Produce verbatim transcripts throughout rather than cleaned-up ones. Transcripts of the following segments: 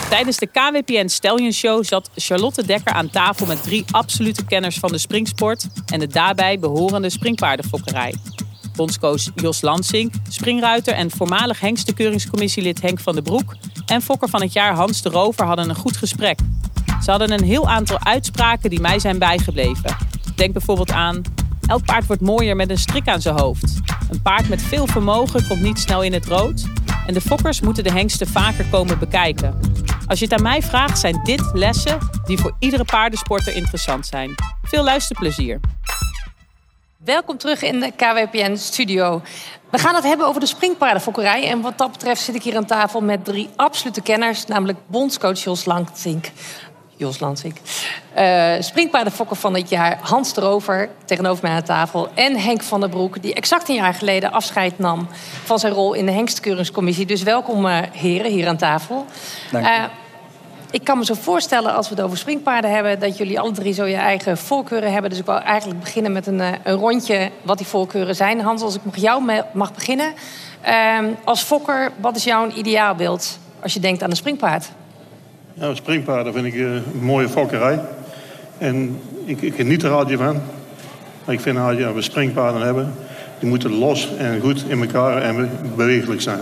Tijdens de K W P N Stallion Show zat Charlotte Dekker aan tafel met drie absolute kenners van de springsport en de daarbij behorende springpaardenfokkerij. Bondscoach Jos Lansink, springruiter en voormalig hengstenkeuringscommissielid Henk van den Broek en fokker van het jaar Hans de Rover hadden een goed gesprek. Ze hadden een heel aantal uitspraken die mij zijn bijgebleven. Denk bijvoorbeeld aan: elk paard wordt mooier met een strik aan zijn hoofd. Een paard met veel vermogen komt niet snel in het rood. En de fokkers moeten de hengsten vaker komen bekijken. Als je het aan mij vraagt, zijn dit lessen die voor iedere paardensporter interessant zijn. Veel luisterplezier. Welkom terug in de K W P N-studio. We gaan het hebben over de springpaardenfokkerij. En wat dat betreft zit ik hier aan tafel met drie absolute kenners, namelijk bondscoach Jos Lansink. Jos Lansink. Uh, springpaardenfokker van het jaar Hans de Rover tegenover mij aan tafel. En Henk van den Broek, die exact een jaar geleden afscheid nam van zijn rol in de hengstenkeuringscommissie. Dus welkom uh, heren hier aan tafel. Dank je. Uh, ik kan me zo voorstellen, als we het over springpaarden hebben, dat jullie alle drie zo je eigen voorkeuren hebben. Dus ik wil eigenlijk beginnen met een, een rondje wat die voorkeuren zijn. Hans, als ik met jou mag beginnen. Uh, als fokker, wat is jouw ideaalbeeld als je denkt aan een springpaard? Ja, springpaarden vind ik een mooie fokkerij. En ik, ik geniet er altijd van. Maar ik vind dat we springpaarden hebben, die moeten los en goed in elkaar en bewegelijk zijn.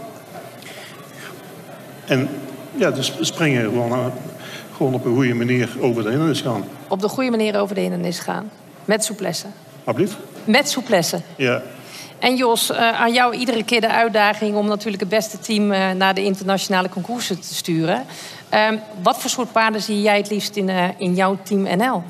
En ja, dus springen gewoon, gewoon op een goede manier over de hindernis gaan. Op de goede manier over de hindernis gaan. Met souplesse. Alsjeblieft. Met souplesse. Ja. En Jos, uh, aan jou iedere keer de uitdaging om natuurlijk het beste team uh, naar de internationale concoursen te sturen. Uh, wat voor soort paarden zie jij het liefst in, uh, in jouw team N L?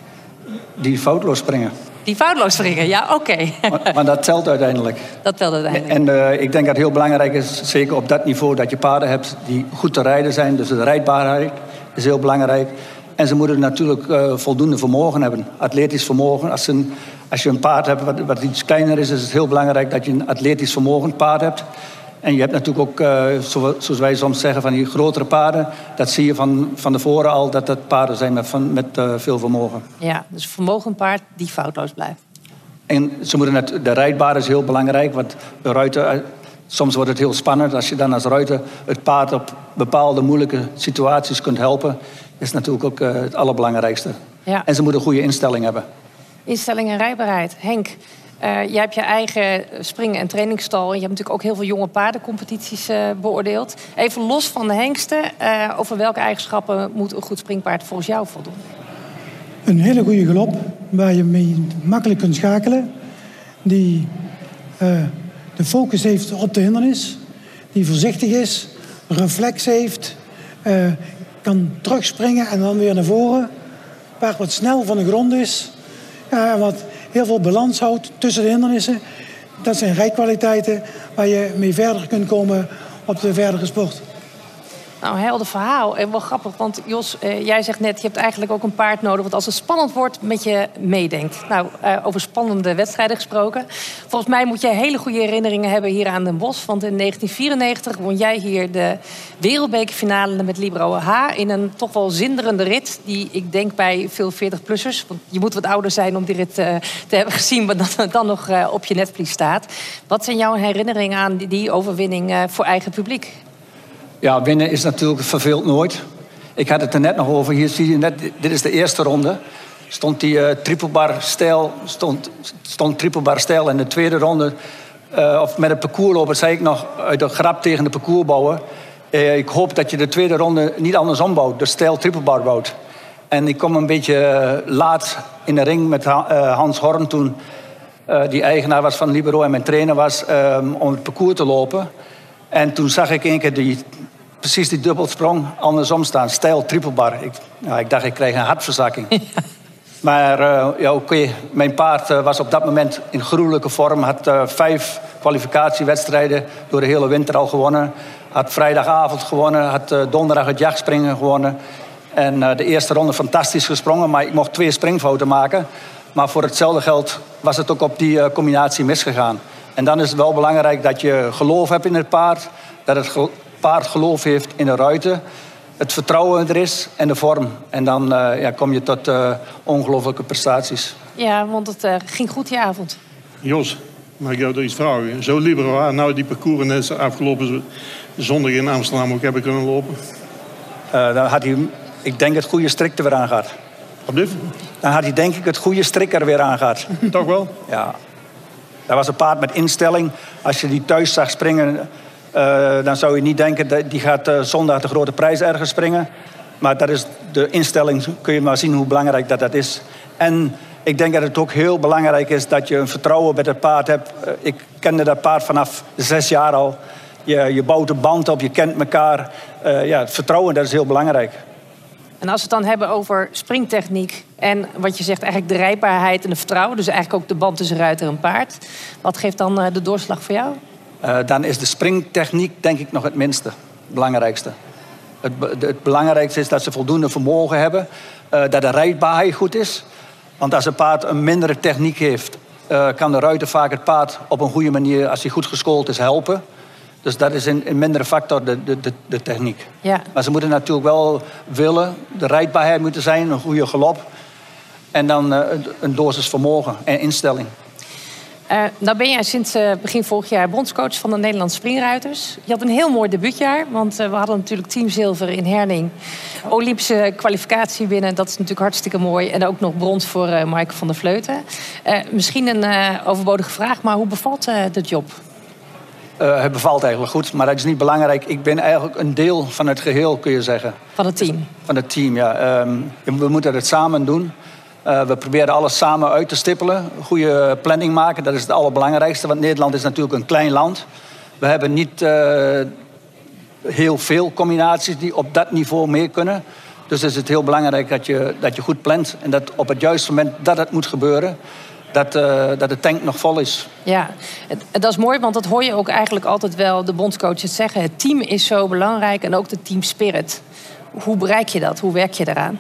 Die foutloos springen. Die foutloos springen, ja, oké. Okay. maar, maar dat telt uiteindelijk. Dat telt uiteindelijk. En uh, ik denk dat het heel belangrijk is, zeker op dat niveau, dat je paarden hebt die goed te rijden zijn. Dus de rijdbaarheid is heel belangrijk. En ze moeten natuurlijk uh, voldoende vermogen hebben. Atletisch vermogen. Als, een, als je een paard hebt wat, wat iets kleiner is, is het heel belangrijk dat je een atletisch vermogend paard hebt. En je hebt natuurlijk ook, uh, zoals wij soms zeggen, van die grotere paarden. Dat zie je van, van tevoren al, dat dat paarden zijn met, van, met uh, veel vermogen. Ja, dus een vermogend paard die foutloos blijft. En ze moeten het, de rijdbaar is heel belangrijk, want de ruiter, soms wordt het heel spannend. Als je dan als ruiter het paard op bepaalde moeilijke situaties kunt helpen, is natuurlijk ook uh, het allerbelangrijkste. Ja. En ze moeten een goede instelling hebben. Instelling en rijdbaarheid. Henk, uh, jij hebt je eigen springen- en trainingsstal. En je hebt natuurlijk ook heel veel jonge paardencompetities uh, beoordeeld. Even los van de hengsten, uh, over welke eigenschappen moet een goed springpaard volgens jou voldoen? Een hele goede galop, waar je mee makkelijk kunt schakelen. Die uh, de focus heeft op de hindernis. Die voorzichtig is, reflex heeft, uh, kan terugspringen en dan weer naar voren. Paard wat snel van de grond is. Uh, wat heel veel balans houdt tussen de hindernissen. Dat zijn rijkwaliteiten waar je mee verder kunt komen op de verdere sport. Nou, een helder verhaal. En wel grappig, want Jos, uh, jij zegt net, je hebt eigenlijk ook een paard nodig wat als het spannend wordt met je meedenkt. Nou, uh, over spannende wedstrijden gesproken. Volgens mij moet jij hele goede herinneringen hebben hier aan Den Bosch. Want in negentien vierennegentig won jij hier de wereldbekerfinale met Libero H. In een toch wel zinderende rit. Die ik denk bij veel veertig-plussers, want je moet wat ouder zijn om die rit uh, te hebben gezien, maar dan, dan nog uh, op je netvlies staat. Wat zijn jouw herinneringen aan die, die overwinning uh, voor eigen publiek? Ja, winnen is natuurlijk verveeld nooit. Ik had het er net nog over. Hier zie je net, dit is de eerste ronde. Stond die uh, trippelbar stijl, stond, stond trippelbar stijl in de tweede ronde. Uh, of met het parcours lopen, zei ik nog, uit de grap tegen de parcours bouwen. Uh, ik hoop dat je de tweede ronde niet andersom bouwt, de stijl trippelbar bouwt. En ik kom een beetje uh, laat in de ring met uh, Hans Horn toen. Uh, die eigenaar was van Libero en mijn trainer was, uh, om het parcours te lopen. En toen zag ik één keer die, precies die dubbelsprong andersom staan. Stijl trippelbar. Ik, nou, ik dacht, ik krijg een hartverzakking. Ja. Maar uh, ja, oké, okay. Mijn paard uh, was op dat moment in gruwelijke vorm. Had uh, vijf kwalificatiewedstrijden door de hele winter al gewonnen. Had vrijdagavond gewonnen. Had uh, donderdag het jachtspringen gewonnen. En uh, de eerste ronde fantastisch gesprongen. Maar ik mocht twee springfouten maken. Maar voor hetzelfde geld was het ook op die uh, combinatie misgegaan. En dan is het wel belangrijk dat je geloof hebt in het paard. Dat het ge- paard geloof heeft in de ruiten. Het vertrouwen er is en de vorm. En dan uh, ja, kom je tot uh, ongelooflijke prestaties. Ja, want het uh, ging goed die avond. Jos, mag ik jou er iets vragen? Zo Libero, nou die parcours net afgelopen zondag in Amsterdam ook hebben kunnen lopen? Uh, dan had hij, ik denk, het goede strik er weer aan gehad. Op dit? Dan had hij denk ik het goede strik er weer aan gehad. Toch wel? Ja. Dat was een paard met instelling. Als je die thuis zag springen, uh, dan zou je niet denken dat die gaat uh, zondag de grote prijs ergens springen. Maar dat is de instelling, kun je maar zien hoe belangrijk dat, dat is. En ik denk dat het ook heel belangrijk is dat je een vertrouwen met het paard hebt. Uh, ik kende dat paard vanaf zes jaar al. Je, je bouwt een band op, je kent elkaar. Uh, ja, het vertrouwen, dat is heel belangrijk. En als we het dan hebben over springtechniek en wat je zegt, eigenlijk de rijdbaarheid en de vertrouwen, dus eigenlijk ook de band tussen ruiter en paard. Wat geeft dan uh, de doorslag voor jou? Uh, dan is de springtechniek denk ik nog het minste, het belangrijkste. Het, het belangrijkste is dat ze voldoende vermogen hebben, uh, dat de rijdbaarheid goed is. Want als een paard een mindere techniek heeft, uh, kan de ruiter vaak het paard op een goede manier, als hij goed geschoold is, helpen. Dus dat is een, een mindere factor, de, de, de, de techniek. Ja. Maar ze moeten natuurlijk wel willen, de rijdbaarheid moet er zijn, een goede galop. En dan uh, een dosis vermogen en instelling. Uh, nou ben jij sinds uh, begin vorig jaar bondscoach van de Nederlandse springruiters. Je had een heel mooi debuutjaar, want uh, we hadden natuurlijk team zilver in Herning. Olympische kwalificatie winnen, dat is natuurlijk hartstikke mooi. En ook nog brons voor uh, Maaike van der Vleuten. Uh, misschien een uh, overbodige vraag, maar hoe bevalt uh, de job? Uh, het bevalt eigenlijk goed, maar dat is niet belangrijk. Ik ben eigenlijk een deel van het geheel, kun je zeggen. Van het team? Van het team, ja. Um, we moeten het samen doen. Uh, we proberen alles samen uit te stippelen. Goede planning maken, dat is het allerbelangrijkste. Want Nederland is natuurlijk een klein land. We hebben niet uh, heel veel combinaties die op dat niveau mee kunnen. Dus is het heel belangrijk dat je, dat je goed plant. En dat op het juiste moment dat het moet gebeuren, dat, uh, dat de tank nog vol is. Ja, en dat is mooi, want dat hoor je ook eigenlijk altijd wel de bondscoaches zeggen. Het team is zo belangrijk en ook de teamspirit. Hoe bereik je dat? Hoe werk je daaraan?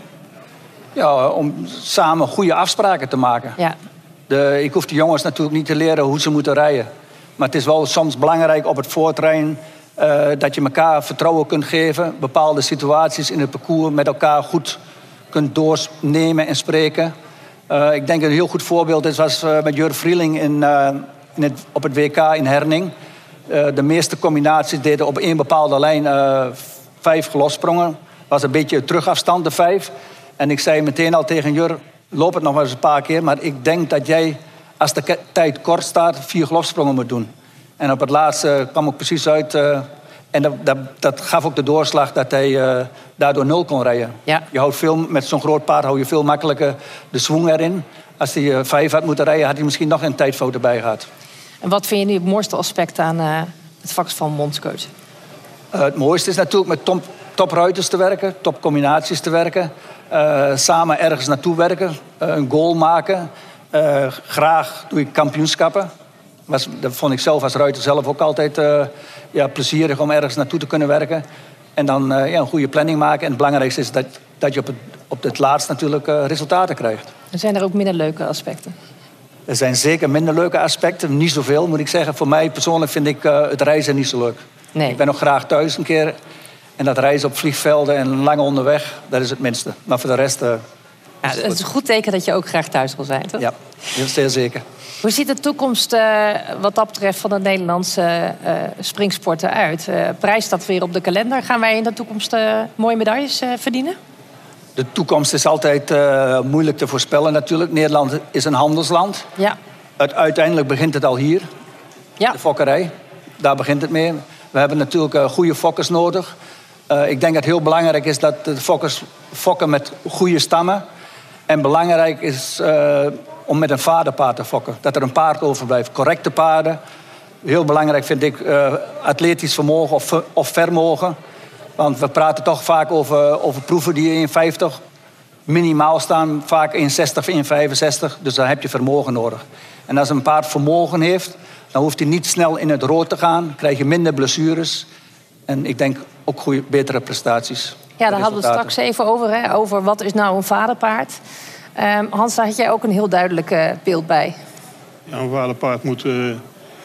Ja, om samen goede afspraken te maken. Ja. De, ik hoef de jongens natuurlijk niet te leren hoe ze moeten rijden. Maar het is wel soms belangrijk op het voortrein uh, dat je elkaar vertrouwen kunt geven. Bepaalde situaties in het parcours met elkaar goed kunt doornemen en spreken. Uh, ik denk een heel goed voorbeeld is, was uh, met Jur Vrieling in, uh, in het, op het W K in Herning. Uh, de meeste combinaties deden op één bepaalde lijn uh, vijf gelossprongen. Was een beetje terugafstand, de vijf. En ik zei meteen al tegen Jur, loop het nog maar eens een paar keer. Maar ik denk dat jij, als de ke- tijd kort staat, vier gelofsprongen moet doen. En op het laatste kwam ook precies uit. Uh, en dat, dat, dat gaf ook de doorslag dat hij uh, daardoor nul kon rijden. Ja. Je houdt veel, met zo'n groot paard hou je veel makkelijker de swing erin. Als hij uh, vijf had moeten rijden, had hij misschien nog een tijdfout erbij gehad. En wat vind je nu het mooiste aspect aan uh, het vak van bondscoach? Uh, het mooiste is natuurlijk met top, topruiters te werken, topcombinaties te werken. Uh, samen ergens naartoe werken, uh, een goal maken. Uh, graag doe ik kampioenschappen. Was, dat vond ik zelf als ruiter zelf ook altijd uh, ja, plezierig om ergens naartoe te kunnen werken. En dan uh, ja, een goede planning maken. En het belangrijkste is dat, dat je op het, op het laatst natuurlijk uh, resultaten krijgt. En zijn er ook minder leuke aspecten? Er zijn zeker minder leuke aspecten. Niet zoveel, moet ik zeggen. Voor mij persoonlijk vind ik uh, het reizen niet zo leuk. Nee. Ik ben nog graag thuis een keer. En dat reizen op vliegvelden en lang onderweg, dat is het minste. Maar voor de rest... Uh, ja, het is een goed teken dat je ook graag thuis wil zijn, toch? Ja, heel zeer zeker. Hoe ziet de toekomst uh, wat dat betreft van de Nederlandse uh, springsporten uit? Uh, prijs staat weer op de kalender. Gaan wij in de toekomst uh, mooie medailles uh, verdienen? De toekomst is altijd uh, moeilijk te voorspellen natuurlijk. Nederland is een handelsland. Ja. Het, uiteindelijk begint het al hier. Ja. De fokkerij, daar begint het mee. We hebben natuurlijk uh, goede fokkers nodig. Uh, ik denk dat het heel belangrijk is dat de fokkers fokken met goede stammen. En belangrijk is uh, om met een vaderpaard te fokken. Dat er een paard overblijft. Correcte paarden. Heel belangrijk vind ik uh, atletisch vermogen of, of vermogen. Want we praten toch vaak over, over proeven die één vijftig minimaal staan. Vaak één zestig of één vijfenzestig. Dus dan heb je vermogen nodig. En als een paard vermogen heeft, dan hoeft hij niet snel in het rood te gaan. Krijg je minder blessures. En ik denk ook goede, betere prestaties. Ja, daar hadden we het straks even over. Hè? Over wat is nou een vaderpaard. Um, Hans, daar had jij ook een heel duidelijk uh, beeld bij. Ja, een vaderpaard moet uh,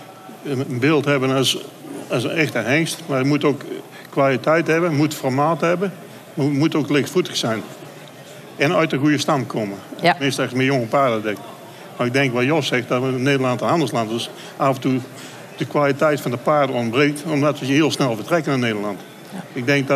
een beeld hebben als, als een echte hengst. Maar het moet ook kwaliteit hebben, moet formaat hebben. Maar het moet ook lichtvoetig zijn. En uit een goede stam komen. Ja. Meestal met jonge paarden, denk ik. Maar ik denk wat Jos zegt, dat we in Nederland een handelsland is. Af en toe de kwaliteit van de paarden ontbreekt, omdat we heel snel vertrekken naar Nederland. Ja. Ik denk dat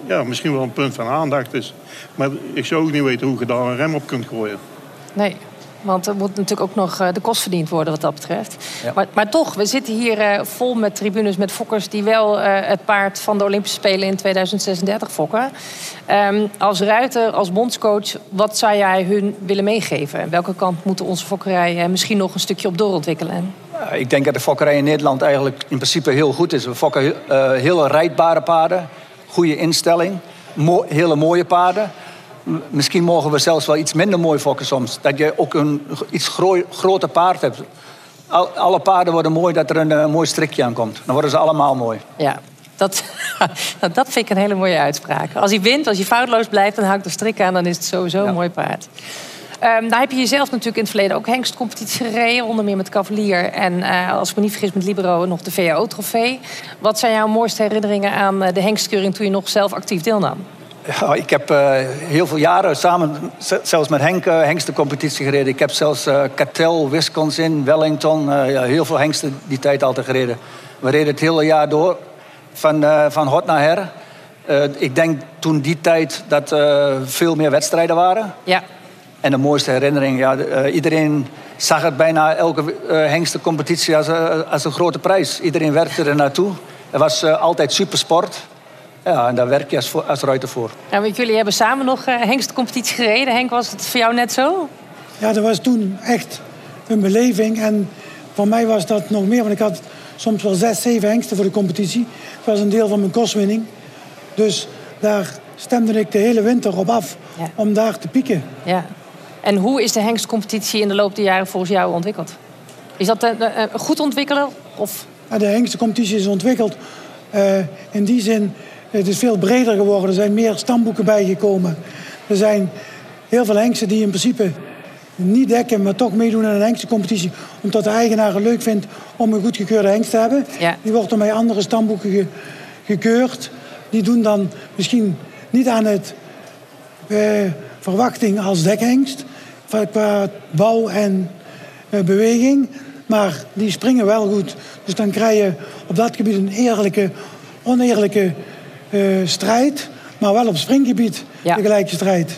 ja, misschien wel een punt van aandacht is. Maar ik zou ook niet weten hoe je daar een rem op kunt gooien. Nee. Want er moet natuurlijk ook nog de kost verdiend worden wat dat betreft. Ja. Maar, maar toch, we zitten hier uh, vol met tribunes met fokkers... die wel uh, het paard van de Olympische Spelen in tweeduizend zesendertig fokken. Um, als ruiter, als bondscoach, wat zou jij hun willen meegeven? Welke kant moet onze fokkerij uh, misschien nog een stukje op doorontwikkelen? Ja, ik denk dat de fokkerij in Nederland eigenlijk in principe heel goed is. We fokken uh, hele rijdbare paarden, goede instelling, mo- hele mooie paarden... Misschien mogen we zelfs wel iets minder mooi fokken soms. Dat je ook een iets gro- groter paard hebt. Al, alle paarden worden mooi dat er een uh, mooi strikje aan komt. Dan worden ze allemaal mooi. Ja, dat, dat vind ik een hele mooie uitspraak. Als hij wint, als hij foutloos blijft, dan hangt de strik aan. Dan is het sowieso ja. een mooi paard. Um, nou heb je jezelf natuurlijk in het verleden ook hengstcompetitie gereden. Onder meer met Cavalier. En uh, als ik me niet vergis met Libero nog de V A O-trofee. Wat zijn jouw mooiste herinneringen aan de hengstkeuring toen je nog zelf actief deelnam? Ja, ik heb uh, heel veel jaren samen, zelfs met Henk, uh, hengstencompetitie gereden. Ik heb zelfs uh, Cattell, Wisconsin, Wellington, uh, ja, heel veel hengsten die tijd altijd gereden. We reden het hele jaar door, van, uh, van hot naar her. Uh, ik denk toen die tijd dat uh, veel meer wedstrijden waren. Ja. En de mooiste herinnering, ja, uh, iedereen zag het bijna elke uh, hengstencompetitie als, uh, als een grote prijs. Iedereen werkte er naartoe. Het was uh, altijd supersport. Ja, en daar werk je als, als ruiter voor. Ja, want jullie hebben samen nog uh, hengstcompetitie gereden. Henk, was het voor jou net zo? Ja, dat was toen echt een beleving. En voor mij was dat nog meer. Want ik had soms wel zes, zeven hengsten voor de competitie. Het was een deel van mijn kostwinning. Dus daar stemde ik de hele winter op af. Ja. Om daar te pieken. Ja. En hoe is de hengstcompetitie in de loop der jaren volgens jou ontwikkeld? Is dat uh, uh, goed ontwikkelen? Of? Ja, de hengstcompetitie is ontwikkeld. Uh, in die zin... Het is veel breder geworden. Er zijn meer stamboeken bijgekomen. Er zijn heel veel hengsten die in principe niet dekken, maar toch meedoen aan een hengstencompetitie. Omdat de eigenaar het leuk vindt om een goedgekeurde hengst te hebben. Ja. Die wordt dan bij andere stamboeken ge- gekeurd. Die doen dan misschien niet aan het uh, verwachting als dekhengst. Qua bouw en uh, beweging. Maar die springen wel goed. Dus dan krijg je op dat gebied een eerlijke, oneerlijke... Uh, strijd, maar wel op springgebied ja. de gelijke strijd.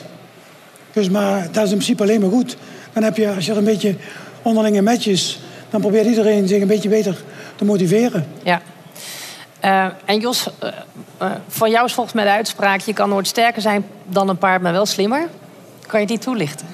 Dus maar dat is in principe alleen maar goed. Dan heb je, als je er een beetje onderlinge matches, dan probeert iedereen zich een beetje beter te motiveren. Ja. Uh, en Jos, uh, uh, van jou is volgens mij de uitspraak: je kan nooit sterker zijn dan een paard, maar wel slimmer. Kan je die toelichten?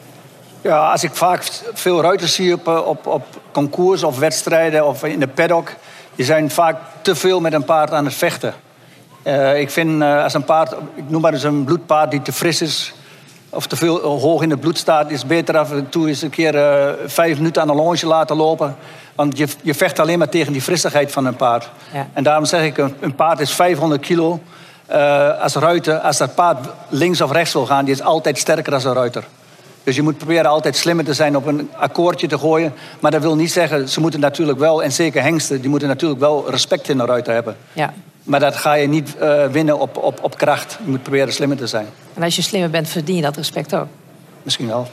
Ja, als ik vaak veel ruiters zie op, op, op concours of wedstrijden of in de paddock, die zijn vaak te veel met een paard aan het vechten. Uh, ik vind uh, als een paard, ik noem maar eens een bloedpaard die te fris is of te veel uh, hoog in het bloed staat, is beter af en toe eens een keer uh, vijf minuten aan de longe laten lopen. Want je, je vecht alleen maar tegen die frissigheid van een paard. Ja. En daarom zeg ik, een, een paard is vijfhonderd kilo. Uh, als ruiter, als dat paard links of rechts wil gaan, die is altijd sterker dan een ruiter. Dus je moet proberen altijd slimmer te zijn op een akkoordje te gooien. Maar dat wil niet zeggen, ze moeten natuurlijk wel, en zeker hengsten, die moeten natuurlijk wel respect in de ruiter hebben. Ja. Maar dat ga je niet uh, winnen op, op, op kracht. Je moet proberen slimmer te zijn. En als je slimmer bent, verdien je dat respect ook? Misschien wel.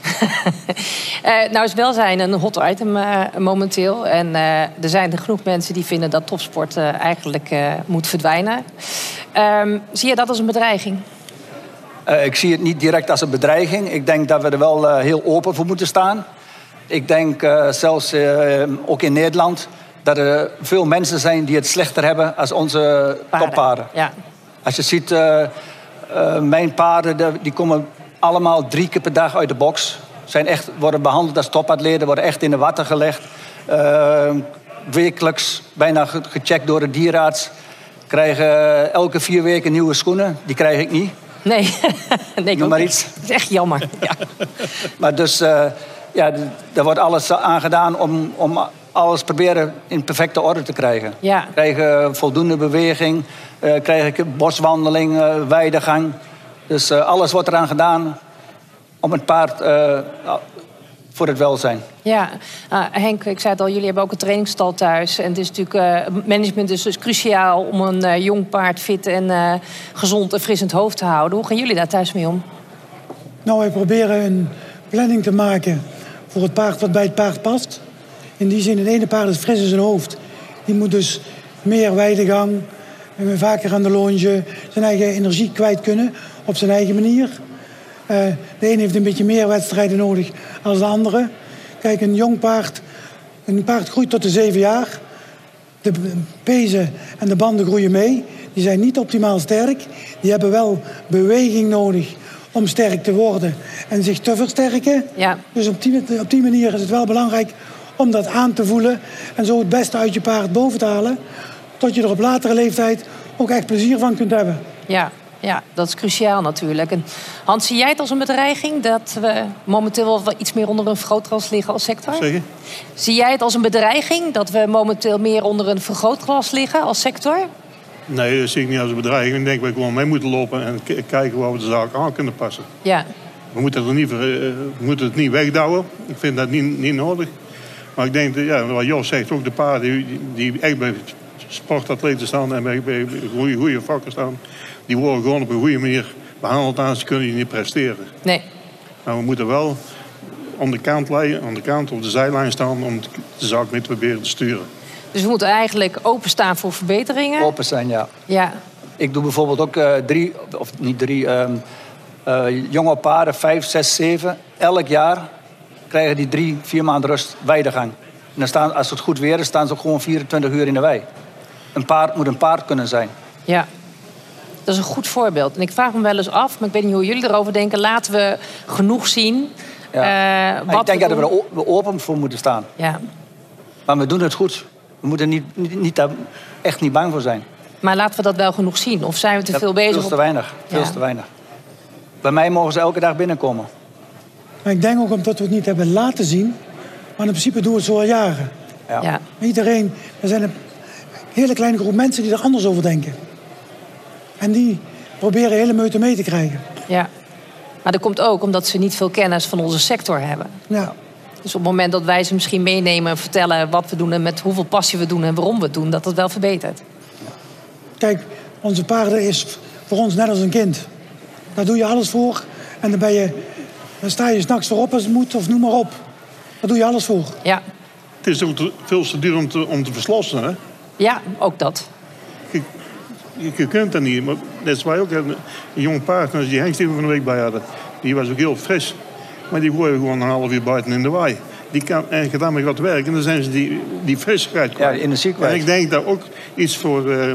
uh, nou is welzijn een hot item uh, momenteel. En uh, er zijn er genoeg mensen die vinden dat topsport uh, eigenlijk uh, moet verdwijnen. Um, zie je dat als een bedreiging? Uh, ik zie het niet direct als een bedreiging. Ik denk dat we er wel uh, heel open voor moeten staan. Ik denk uh, zelfs uh, ook in Nederland dat er veel mensen zijn die het slechter hebben als onze paarden. Toppaarden. Ja. Als je ziet, uh, uh, mijn paarden die komen allemaal drie keer per dag uit de box. Zijn echt, worden behandeld als topatleten, worden echt in de watten gelegd. Uh, wekelijks bijna ge- gecheckt door de dierarts. Krijgen uh, elke vier weken nieuwe schoenen. Die krijg ik niet. Nee, nee noem maar iets. Dat is echt jammer. Ja. Maar dus, uh, ja, er wordt alles aan gedaan om, om alles proberen in perfecte orde te krijgen. Ja. Krijgen voldoende beweging, uh, krijg ik boswandeling, uh, weidegang. Dus uh, alles wordt eraan gedaan om het paard uh, voor het welzijn. Ja, uh, Henk, ik zei het al, jullie hebben ook een trainingsstal thuis. En het is natuurlijk, uh, management is dus cruciaal om een uh, jong paard fit en uh, gezond en frissend hoofd te houden. Hoe gaan jullie daar thuis mee om? Nou, wij proberen een planning te maken voor het paard wat bij het paard past. In die zin, het ene paard is fris in zijn hoofd. Die moet dus meer weidegang, vaker aan de longe, zijn eigen energie kwijt kunnen op zijn eigen manier. Uh, de een heeft een beetje meer wedstrijden nodig dan de andere. Kijk, een jong paard, een paard groeit tot de zeven jaar. De pezen en de banden groeien mee. Die zijn niet optimaal sterk. Die hebben wel beweging nodig om sterk te worden en zich te versterken. Ja. Dus op die, op die manier is het wel belangrijk om dat aan te voelen en zo het beste uit je paard boven te halen, tot je er op latere leeftijd ook echt plezier van kunt hebben. Ja, ja, dat is cruciaal natuurlijk. En Hans, zie jij het als een bedreiging dat we momenteel wel iets meer onder een vergrootglas liggen als sector? Zeg je? Zie jij het als een bedreiging dat we momenteel meer onder een vergrootglas liggen als sector? Nee, dat zie ik niet als een bedreiging. Ik denk dat we gewoon mee moeten lopen en k- kijken waar we de zaak aan kunnen passen. Ja. We moeten, er niet, ver- uh, we moeten het niet wegdouwen. Ik vind dat niet, niet nodig. Maar ik denk, dat, ja, wat Jos zegt, ook de paarden die, die echt bij sportatleten staan en bij, bij goede, goede vakken staan, die worden gewoon op een goede manier behandeld aan. Ze kunnen die niet presteren. Nee. Maar we moeten wel aan de kant, leiden, aan de kant op de zijlijn staan om de zaak mee te proberen te sturen. Dus we moeten eigenlijk openstaan voor verbeteringen. Open zijn, ja. Ja. Ik doe bijvoorbeeld ook uh, drie, of niet drie, um, uh, jonge paarden, vijf, zes, zeven. Elk jaar krijgen die drie, vier maanden rust weidegang. En dan staan, als het goed weer is, staan ze ook gewoon vierentwintig uur in de wei. Een paard moet een paard kunnen zijn. Ja. Dat is een goed voorbeeld. En ik vraag me wel eens af, maar ik weet niet hoe jullie erover denken. Laten we genoeg zien. Ja. Uh, wat ik denk we dat we er open voor moeten staan. Ja. Maar we doen het goed. We moeten niet, niet, niet daar echt niet bang voor zijn. Maar laten we dat wel genoeg zien? Of zijn we te Ja, veel bezig? Veel te op... weinig. Veel Ja. te weinig. Bij mij mogen ze elke dag binnenkomen. Maar ik denk ook omdat we het niet hebben laten zien. Maar in principe doen we het zo al jaren. Ja. Ja. Iedereen, er zijn een hele kleine groep mensen die er anders over denken. En die proberen hele meute mee te krijgen. Ja. Maar dat komt ook omdat ze niet veel kennis van onze sector hebben. Ja. Dus op het moment dat wij ze misschien meenemen en vertellen wat we doen en met hoeveel passie we doen en waarom we het doen, dat dat wel verbetert. Kijk, onze paarden is voor ons net als een kind. Daar doe je alles voor. En dan, ben je, dan sta je 's nachts voor op als het moet, of noem maar op. Daar doe je alles voor. Ja, Het is ook te, veel te duur om te, om te verslossen. Hè? ja, ook dat. Je, je, je kunt dat niet. Maar net is wij ook een, een jong paard, als die hengst die we van de week bij hadden, die was ook heel fris. Maar die gooien gewoon een half uur buiten in de waai. Die kan en gedaan met wat werk en dan zijn ze die, die frissigheid kwijt. Ja, die energie kwijt. En ik denk dat ook iets voor uh,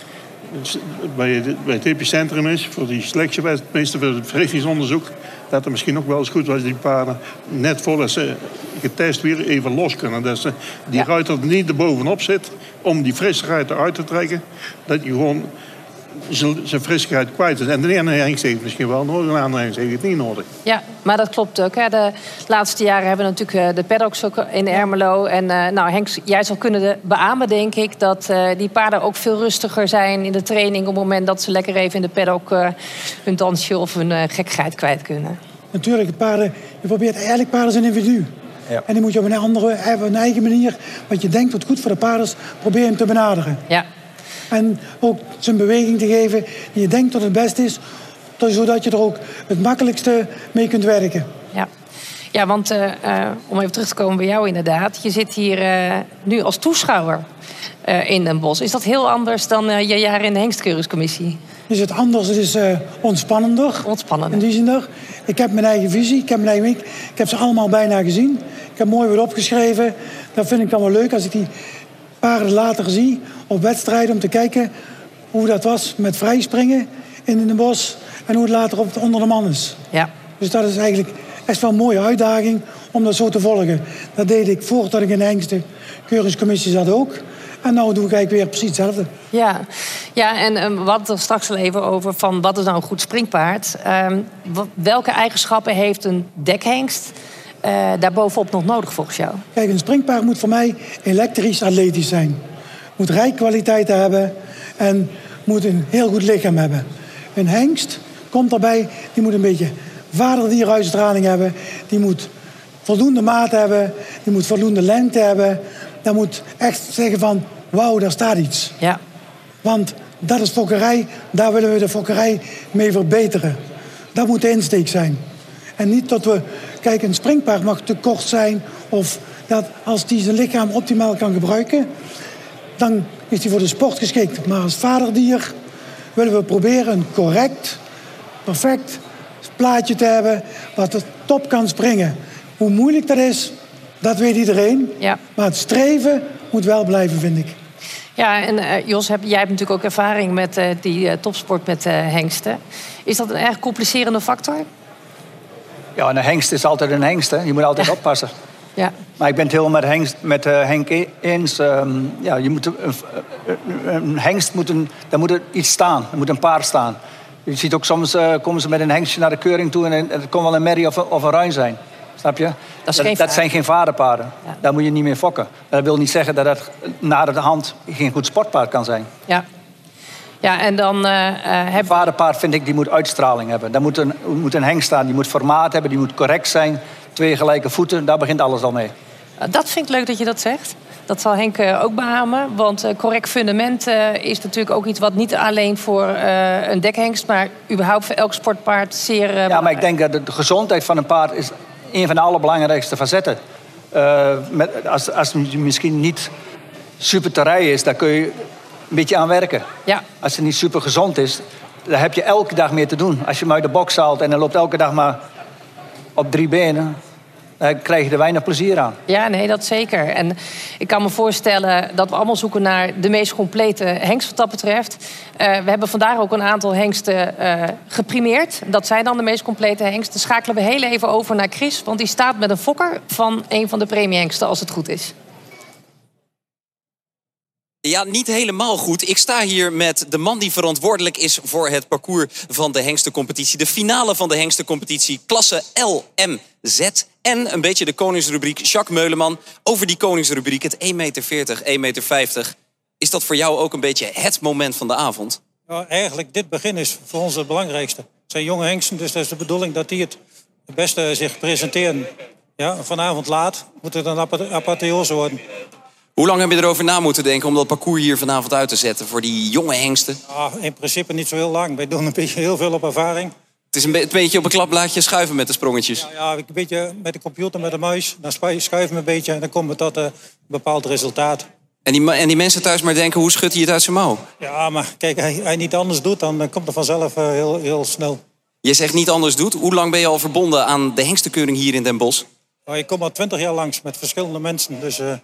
bij, de, bij het epicentrum is, voor die selectie, meestal voor het verrichtingsonderzoek, dat het misschien ook wel eens goed was die paarden net voordat ze getest weer even los kunnen. Dat ze die Ja. ruiter er niet erbovenop zit om die frissigheid eruit te trekken. Dat je gewoon zijn frissigheid kwijt is. En de ene hengst heeft het misschien wel nodig, en de andere hengst heeft het niet nodig. Ja, maar dat klopt ook. Hè. De laatste jaren hebben we natuurlijk uh, de paddocks ook in Ermelo. En uh, nou, Henk, jij zal kunnen beamen, denk ik, dat uh, die paarden ook veel rustiger zijn in de training op het moment dat ze lekker even in de paddock uh, hun dansje of hun uh, gekkigheid kwijt kunnen. Natuurlijk, de paarden, je probeert eigenlijk paarden als een individu. Ja. En die moet je op een, andere, op een eigen manier, wat je denkt wat goed voor de paarden is, probeer hem te benaderen. Ja. En ook zijn beweging te geven die je denkt dat het best is, zodat je er ook het makkelijkste mee kunt werken. Ja, ja want uh, uh, om even terug te komen bij jou inderdaad. Je zit hier uh, nu als toeschouwer uh, in Den Bosch. Is dat heel anders dan uh, je jaren in de Hengstkeuringscommissie? Is het anders, het is uh, ontspannender. Ontspannender. In die zin er. Ik heb mijn eigen visie, ik heb mijn eigen week. Ik heb ze allemaal bijna gezien. Ik heb mooi wat opgeschreven. Dat vind ik dan wel leuk als ik die paarden later zie op wedstrijden om te kijken hoe dat was met vrijspringen in Den Bosch en hoe het later op, onder de man is. Ja. Dus dat is eigenlijk echt wel een mooie uitdaging om dat zo te volgen. Dat deed ik voordat ik in de Hengstkeuringscommissie zat ook. En nu doe ik eigenlijk weer precies hetzelfde. Ja, ja en um, we hadden het er straks al even over van wat is nou een goed springpaard. Um, welke eigenschappen heeft een dekhengst uh, daarbovenop nog nodig volgens jou? Kijk, een springpaard moet voor mij elektrisch atletisch zijn. Moet rijkwaliteiten hebben en moet een heel goed lichaam hebben. Een hengst komt daarbij, die moet een beetje vaderdieruitstraling hebben. Die moet voldoende maat hebben, die moet voldoende lengte hebben. Dat moet echt zeggen van, wauw, daar staat iets. Ja. Want dat is fokkerij, daar willen we de fokkerij mee verbeteren. Dat moet de insteek zijn. En niet dat we, kijk, een springpaard mag te kort zijn of dat als die zijn lichaam optimaal kan gebruiken, dan is die voor de sport geschikt. Maar als vaderdier willen we proberen een correct, perfect plaatje te hebben wat de top kan springen. Hoe moeilijk dat is, dat weet iedereen. Ja. Maar het streven moet wel blijven, vind ik. Ja, en uh, Jos, heb, jij hebt natuurlijk ook ervaring met uh, die uh, topsport met uh, hengsten. Is dat een erg complicerende factor? Ja, een hengst is altijd een hengst. Hè. Je moet altijd ja. oppassen. Ja. Maar ik ben het helemaal met, hengst, met uh, Henk eens. Um, ja, je moet, een, een hengst moet een, daar moet er iets staan. Er moet een paard staan. Je ziet ook soms uh, komen ze met een hengstje naar de keuring toe en het kon wel een merrie of, of een ruin zijn. Snap je? Dat, dat, dat zijn geen vaderpaarden. Ja. Daar moet je niet meer fokken. Dat wil niet zeggen dat het na de hand geen goed sportpaard kan zijn. Ja. Ja, en dan uh, heb... Een vaderpaard, vind ik, die moet uitstraling hebben. Daar moet een, moet een hengst staan, die moet formaat hebben, die moet correct zijn. Twee gelijke voeten, daar begint alles al mee. Dat vind ik leuk dat je dat zegt. Dat zal Henk ook beamen. Want correct fundament is natuurlijk ook iets wat niet alleen voor uh, een dekhengst, maar überhaupt voor elk sportpaard zeer uh, Ja, maar ik denk dat de gezondheid van een paard is een van de allerbelangrijkste facetten. Uh, met, als, als het misschien niet super te rijden is, daar kun je een beetje aan werken. Ja. Als het niet super gezond is, dan heb je elke dag meer te doen. Als je hem uit de box haalt en hij loopt elke dag maar op drie benen, dan krijg je er weinig plezier aan. Ja, nee, dat zeker. En ik kan me voorstellen dat we allemaal zoeken naar de meest complete hengst wat dat betreft. Uh, we hebben vandaag ook een aantal hengsten uh, geprimeerd. Dat zijn dan de meest complete hengsten. Schakelen we heel even over naar Chris, want die staat met een fokker van een van de premiehengsten, als het goed is. Ja, niet helemaal goed. Ik sta hier met de man die verantwoordelijk is voor het parcours van de hengstencompetitie. De finale van de hengstencompetitie, klasse L M Z. En een beetje de koningsrubriek, Jacques Meuleman. Over die koningsrubriek, het één meter veertig, één meter vijftig. Is dat voor jou ook een beetje het moment van de avond? Nou, eigenlijk, dit begin is voor ons het belangrijkste. Het zijn jonge hengsten, dus dat is de bedoeling dat die het het beste zich presenteren. Ja, vanavond laat moet het een apotheose worden. Hoe lang heb je erover na moeten denken om dat parcours hier vanavond uit te zetten voor die jonge hengsten? Ja, in principe niet zo heel lang. Wij doen een beetje heel veel op ervaring. Het is een, be- een beetje op een klapblaadje schuiven met de sprongetjes. Ja, ja, een beetje met de computer, met de muis. Dan schuiven we een beetje en dan komen we tot uh, een bepaald resultaat. En die, en die mensen thuis maar denken, hoe schudt hij het uit zijn mouw? Ja, maar kijk, hij, hij niet anders doet, dan uh, komt het vanzelf uh, heel, heel snel. Je zegt niet anders doet. Hoe lang ben je al verbonden aan de hengstenkeuring hier in Den Bosch? Nou, ik kom al twintig jaar langs met verschillende mensen, dus... Uh,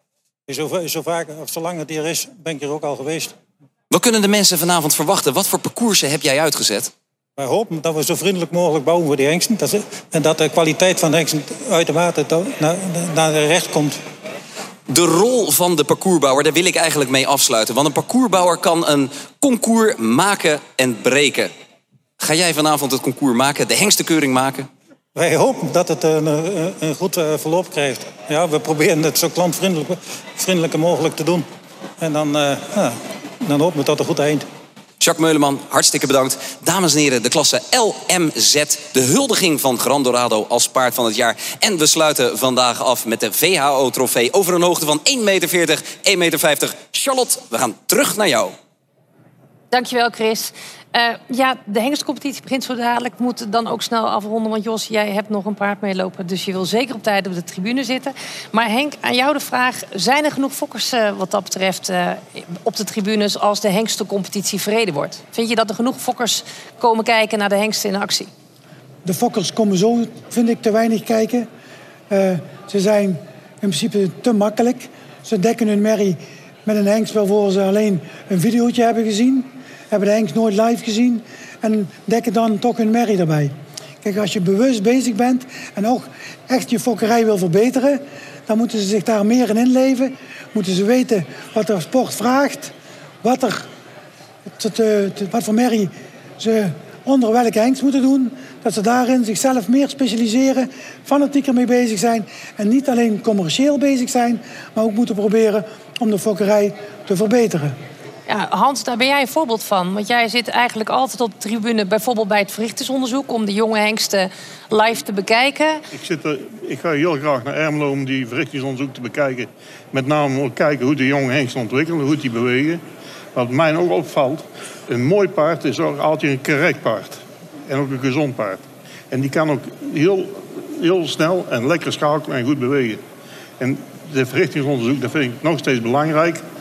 Zo, zo vaak, of zolang het hier is, ben ik hier ook al geweest. Wat kunnen de mensen vanavond verwachten? Wat voor parcoursen heb jij uitgezet? Wij hopen dat we zo vriendelijk mogelijk bouwen voor die hengsten. Dat, en dat de kwaliteit van de hengsten uitermate naar, naar de recht komt. De rol van de parcoursbouwer, daar wil ik eigenlijk mee afsluiten. Want een parcoursbouwer kan een concours maken en breken. Ga jij vanavond het concours maken, de hengstenkeuring maken? Wij hopen dat het een, een goed verloop krijgt. Ja, we proberen het zo klantvriendelijk mogelijk te doen. En dan, uh, ja, dan hopen we tot een goed eind. Jacques Meuleman, hartstikke bedankt. Dames en heren, de klasse L M Z. De huldiging van Grand Dorado als paard van het jaar. En we sluiten vandaag af met de V H O-trofee over een hoogte van één meter veertig, één meter vijftig. Charlotte, we gaan terug naar jou. Dankjewel, Chris. Uh, ja, de hengstcompetitie begint zo dadelijk. We moeten dan ook snel afronden. Want Jos, jij hebt nog een paard meelopen. Dus je wil zeker op tijd op de tribune zitten. Maar Henk, aan jou de vraag. Zijn er genoeg fokkers uh, wat dat betreft uh, op de tribunes als de hengstencompetitie verreden wordt? Vind je dat er genoeg fokkers komen kijken naar de hengsten in actie? De fokkers komen zo, vind ik, te weinig kijken. Uh, ze zijn in principe te makkelijk. Ze dekken hun merrie met een hengst waarvoor ze alleen een videootje hebben gezien. Hebben de hengst nooit live gezien. En dekken dan toch hun merrie erbij. Kijk, als je bewust bezig bent en ook echt je fokkerij wil verbeteren, dan moeten ze zich daar meer in inleven. Moeten ze weten wat de sport vraagt. Wat, er, tot, uh, tot, wat voor merrie ze onder welke hengst moeten doen. Dat ze daarin zichzelf meer specialiseren, fanatiek ermee bezig zijn. En niet alleen commercieel bezig zijn, maar ook moeten proberen om de fokkerij te verbeteren. Ja, Hans, daar ben jij een voorbeeld van. Want jij zit eigenlijk altijd op de tribune, bijvoorbeeld bij het verrichtingsonderzoek, om de jonge hengsten live te bekijken. Ik, zit er, ik ga heel graag naar Ermelo om die verrichtingsonderzoek te bekijken. Met name om te kijken hoe de jonge hengsten ontwikkelen, hoe die bewegen. Wat mij ook opvalt, een mooi paard is ook altijd een correct paard. En ook een gezond paard. En die kan ook heel, heel snel en lekker schakelen en goed bewegen. En de verrichtingsonderzoek, dat vind ik nog steeds belangrijk.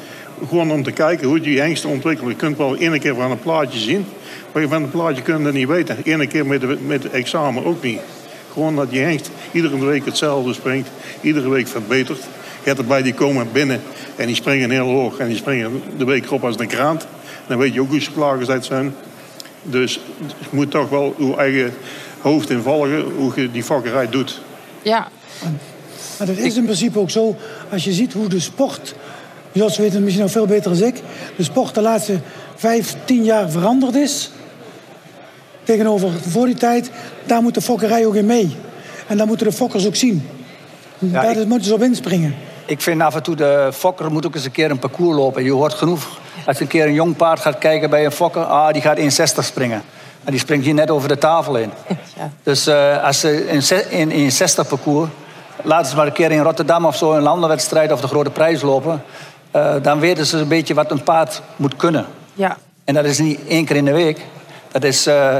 gewoon om te kijken hoe die hengsten ontwikkelen. Je kunt wel één keer van een plaatje zien, maar je van een plaatje kunt het niet weten. Eén keer met, de, met het examen ook niet. Gewoon dat die hengst iedere week hetzelfde springt, iedere week verbetert. Je hebt erbij die komen binnen en die springen heel hoog en die springen de week erop als een krant. Dan weet je ook hoe ze klaargezet zijn. Dus je moet toch wel je eigen hoofd in volgen hoe je die fokkerij doet. Ja. Maar dat is in principe ook zo, als je ziet hoe de sport, Jos weet het misschien nog veel beter dan ik, de sport de laatste vijf, tien jaar veranderd is. Tegenover voor die tijd, daar moet de fokkerij ook in mee. En daar moeten de fokkers ook zien. Ja, daar ik, moeten ze op inspringen. Ik vind af en toe de fokker moet ook eens een keer een parcours lopen. Je hoort genoeg, als je een keer een jong paard gaat kijken bij een fokker, ah, die gaat één zestig springen. En die springt hier net over de tafel in. Ja. Dus uh, als ze in één zestig parcours, laten ze maar een keer in Rotterdam of zo een landenwedstrijd of de grote prijs lopen. Uh, dan weten ze een beetje wat een paard moet kunnen. Ja. En dat is niet één keer in de week. Dat is, uh,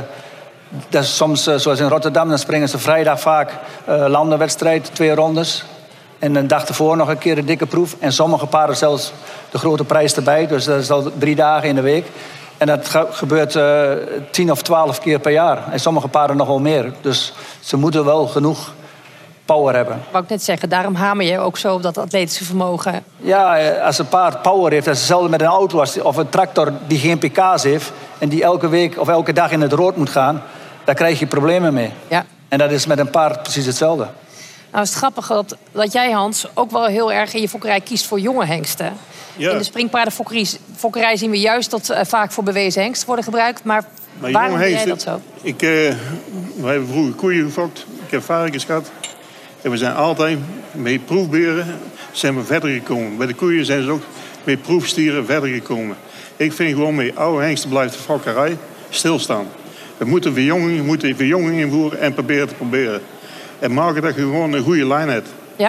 dat is soms, uh, zoals in Rotterdam, dan springen ze vrijdag vaak uh, landenwedstrijd, twee rondes. En een dag ervoor nog een keer een dikke proef. En sommige paarden zelfs de grote prijs erbij. Dus dat is al drie dagen in de week. En dat ge- gebeurt uh, tien of twaalf keer per jaar. En sommige paarden nog wel meer. Dus ze moeten wel genoeg power hebben. Wou ik net zeggen, daarom hamer je ook zo op dat atletische vermogen. Ja, als een paard power heeft, dat is hetzelfde met een auto als, of een tractor die geen pk's heeft en die elke week of elke dag in het rood moet gaan, daar krijg je problemen mee. Ja. En dat is met een paard precies hetzelfde. Nou, is het grappig dat, dat jij, Hans, ook wel heel erg in je fokkerij kiest voor jonge hengsten. Ja. In de springpaardenfokkerij zien we juist dat uh, vaak voor bewezen hengsten worden gebruikt. Maar, Maar waarom doe jij hengsten, dat zo? Ik, uh, we hebben vroeger koeien gefokt. Ik heb varkens gehad. En we zijn altijd met proefberen zijn we verder gekomen. Bij de koeien zijn ze ook met proefstieren verder gekomen. Ik vind gewoon met oude hengsten blijft de fokkerij stilstaan. We moeten verjonging, we moeten verjonging invoeren en proberen te proberen. En maken dat je gewoon een goede lijn hebt. Ja.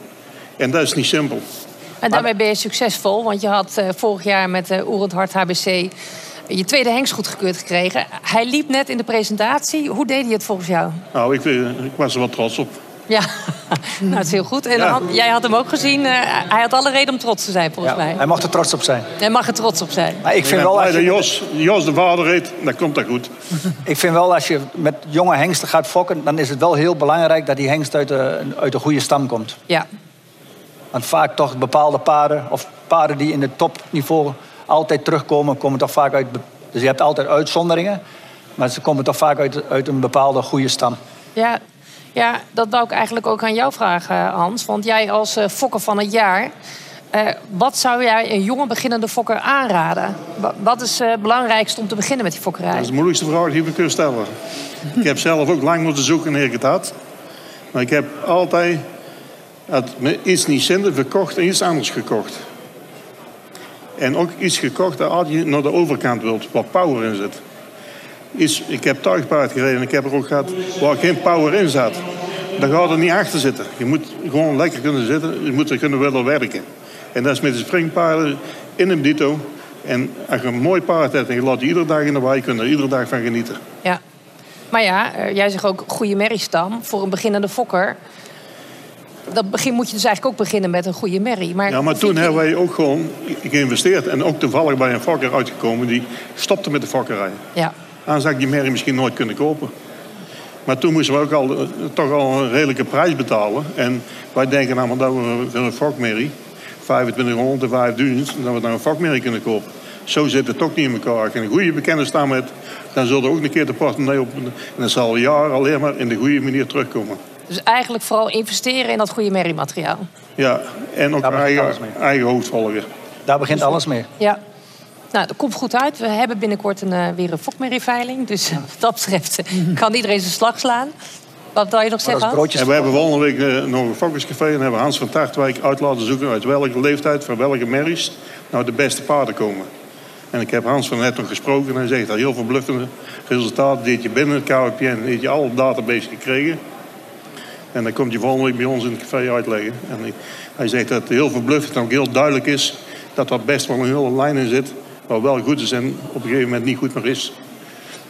En dat is niet simpel. En daarmee ben je succesvol, want je had uh, vorig jaar met uh, Oerend Hart H B C je tweede hengst goedgekeurd gekregen. Hij liep net in de presentatie. Hoe deed hij het volgens jou? Nou, ik, ik was er wel trots op. Ja, nou, dat is heel goed. En Ja. had, jij had hem ook gezien. Uh, hij had alle reden om trots te zijn, volgens Ja, mij. hij mag er trots op zijn. Hij mag er trots op zijn. Maar ik Ik vind, ben wel blij als dat je, Jos, Jos de vader heet, dan komt dat goed. ik vind wel als je met jonge hengsten gaat fokken, dan is het wel heel belangrijk dat die hengst uit de, uit de goede stam komt. Ja, Want vaak toch bepaalde paarden, of paarden die in het topniveau altijd terugkomen, komen toch vaak uit. Dus je hebt altijd uitzonderingen, maar ze komen toch vaak uit, uit een bepaalde goede stam. ja, ja, dat wou ik eigenlijk ook aan jou vragen, Hans. Want jij als uh, fokker van het jaar... Uh, wat zou jij een jonge beginnende fokker aanraden? Wa- Wat is het uh, belangrijkste om te beginnen met die fokkerij? Dat is de moeilijkste vraag die we kunnen stellen. Ik heb zelf ook lang moeten zoeken en ik het had. Maar ik heb altijd het me iets niet zinde verkocht en iets anders gekocht. En ook iets gekocht dat als je naar de overkant wilt, waar power in zit. Is, ik heb tuigpaard gereden en ik heb er ook gehad waar geen power in zat. Dan gaat er niet achter zitten. Je moet gewoon lekker kunnen zitten. Je moet er kunnen willen werken. En dat is met de springpaarden in een dito. En als je een mooi paard hebt en je laat die iedere dag in de wei, kun je er iedere dag van genieten. Ja. Maar ja, uh, jij zegt ook goede merriestam voor een beginnende fokker. Dat begin moet je dus eigenlijk ook beginnen met een goede merrie. Maar Ja, maar toen hebben wij ook gewoon geïnvesteerd. En ook toevallig bij een fokker uitgekomen die stopte met de fokkerij. Ja. Anders had ik die merrie misschien nooit kunnen kopen. Maar toen moesten we ook al, uh, toch al een redelijke prijs betalen. En wij denken namelijk dat we voor een fokmerrie vijfentwintighonderd en vijfduizend, dat we dan een fokmerrie kunnen kopen. Zo zit het toch niet in elkaar. Als je een goede bekende stam hebt, dan zul je ook een keer de portemonnee op. En dat zal jaren alleen maar in de goede manier terugkomen. Dus eigenlijk vooral investeren in dat goede merriemateriaal. Ja, en ook Daar begint eigen, alles mee. eigen hoofd volgen. Daar begint alles mee. Ja. Nou, dat komt goed uit. We hebben binnenkort een, uh, weer een fokmerrieveiling. Dus uh, wat dat betreft uh, kan iedereen zijn slag slaan. Wat wil je nog Maar dat zeggen, is Hans? broodjes. En we hebben volgende week uh, nog een fokkerscafé. En hebben Hans van Tartwijk uit laten zoeken uit welke leeftijd, van welke merries nou de beste paarden komen. En ik heb Hans van net nog gesproken en hij zegt dat heel verbluffende resultaten. Dit je binnen het K W P N, dit je alle database gekregen. En dan komt hij volgende week bij ons in het café uitleggen. En hij, hij zegt dat het heel verbluffend en ook heel duidelijk is dat er best wel een hele lijn in zit. Waar wel goed is en op een gegeven moment niet goed meer is.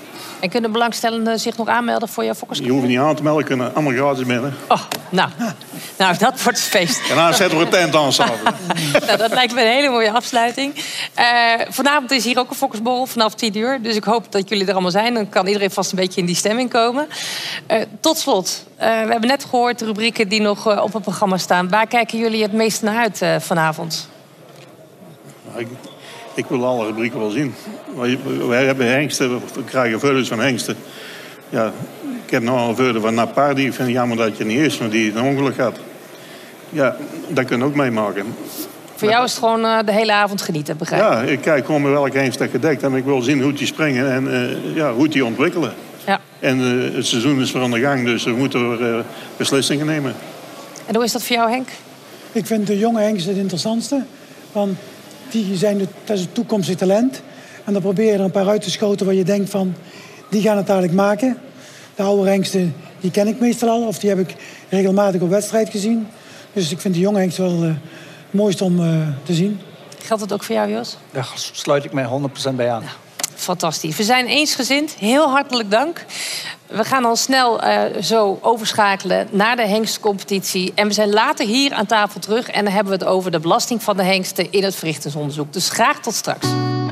En kunnen belangstellenden zich nog aanmelden voor jouw Fokkers Je hoeft niet aan te melden, kunnen allemaal gratis binnen. Oh, nou. nou, dat wordt een feest. En dan zetten we een tent aan s'avonds. nou, dat lijkt me een hele mooie afsluiting. Uh, vanavond is hier ook een Fokkersborrel vanaf tien uur. Dus ik hoop dat jullie er allemaal zijn. Dan kan iedereen vast een beetje in die stemming komen. Uh, tot slot, uh, we hebben net gehoord de rubrieken die nog uh, op het programma staan. Waar kijken jullie het meest naar uit uh, vanavond? Ik, ik wil alle rubrieken wel zien. Wij hebben hengsten, we krijgen veulens van hengsten. Ja, ik heb nog een veulen van Napardi. Ik vind het jammer dat je niet is, maar die een ongeluk had. Ja, dat kun je ook meemaken. Voor jou is het gewoon uh, de hele avond genieten, begrijp ik? Ja, ik kijk gewoon met welke hengst dat gedekt. En ik wil zien hoe die springen en uh, ja, hoe die ontwikkelen. Ja. En uh, het seizoen is weer aan de gang, dus we moeten er uh, beslissingen nemen. En hoe is dat voor jou, Henk? Ik vind de jonge hengsten het interessantste. Want die zijn de, dat is het toekomstig talent. En dan probeer je er een paar uit te schoten waar je denkt van... die gaan het dadelijk maken. De oude hengsten, die ken ik meestal al. Of die heb ik regelmatig op wedstrijd gezien. Dus ik vind de jonge hengsten wel uh, het mooiste om uh, te zien. Geldt dat ook voor jou, Jos? Daar sluit ik mij honderd procent bij aan. Nou, fantastisch. We zijn eensgezind. Heel hartelijk dank. We gaan al snel uh, zo overschakelen naar de hengstcompetitie. En we zijn later hier aan tafel terug. En dan hebben we het over de belasting van de hengsten in het verrichtingsonderzoek. Dus graag tot straks.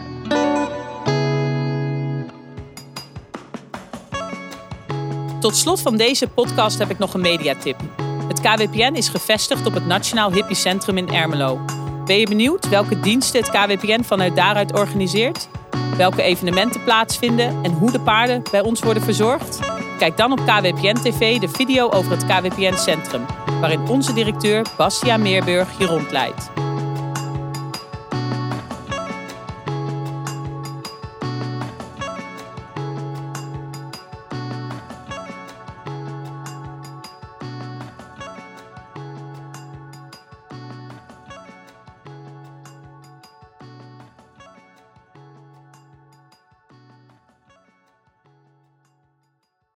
Tot slot van deze podcast heb ik nog een mediatip. Het K W P N is gevestigd op het Nationaal Hippiecentrum in Ermelo. Ben je benieuwd welke diensten het K W P N vanuit daaruit organiseert? Welke evenementen plaatsvinden en hoe de paarden bij ons worden verzorgd? Kijk dan op K W P N T V de video over het K W P N-centrum, waarin onze directeur Bastiaan Meerburg je rondleidt.